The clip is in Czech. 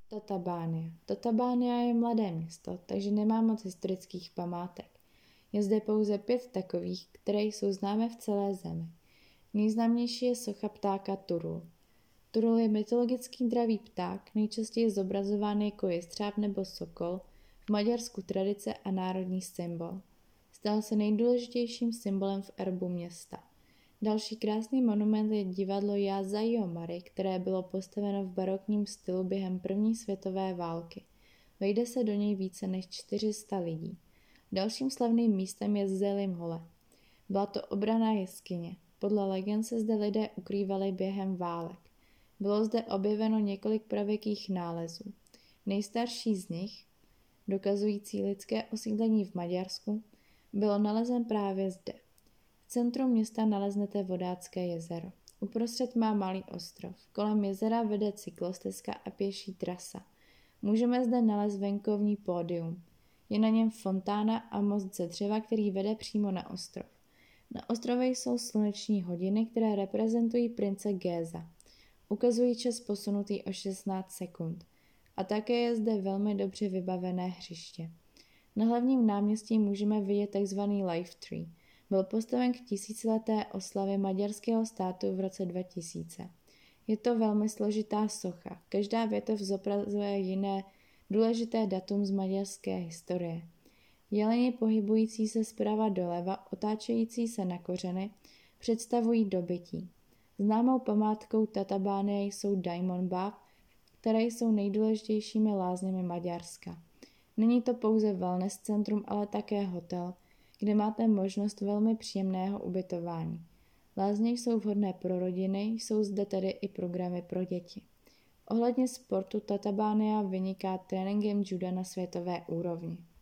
Tatabánia. Tatabánia je mladé město, takže nemá moc historických památek. Je zde pouze 5 takových, které jsou známé v celé zemi. Nejznámější je socha ptáka Turul. Turul je mytologický dravý pták, nejčastěji zobrazován jako jestřáb nebo sokol, v Maďarsku tradice a národní symbol. Stal se nejdůležitějším symbolem v erbu města. Další krásný monument je divadlo Jászai Mary, které bylo postaveno v barokním stylu během první světové války. Vejde se do něj více než 400 lidí. Dalším slavným místem je Zelim Hole. Byla to obranná jeskyně. Podle legend se zde lidé ukrývali během válek. Bylo zde objeveno několik pravěkých nálezů. Nejstarší z nich, dokazující lidské osídlení v Maďarsku, bylo nalezen právě zde. V centru města naleznete Vodácké jezero. Uprostřed má malý ostrov. Kolem jezera vede cyklostezka a pěší trasa. Můžeme zde nalézt venkovní pódium. Je na něm fontána a most ze dřeva, který vede přímo na ostrov. Na ostrově jsou sluneční hodiny, které reprezentují prince Géza. Ukazují čas posunutý o 16 sekund. A také je zde velmi dobře vybavené hřiště. Na hlavním náměstí můžeme vidět tzv. Life Tree. Byl postaven k tisícileté oslavě maďarského státu v roce 2000. Je to velmi složitá socha. Každá větev zobrazuje jiné důležité datum z maďarské historie. Jeleni pohybující se zprava doleva, otáčející se na kořeny, představují dobytí. Známou památkou Tatabánie jsou Diamond Bath, které jsou nejdůležitějšími lázněmi Maďarska. Není to pouze wellness centrum, ale také hotel, kde máte možnost velmi příjemného ubytování. Lázně jsou vhodné pro rodiny, jsou zde tedy i programy pro děti. Ohledně sportu Tatabánia vyniká tréninkem juda na světové úrovni.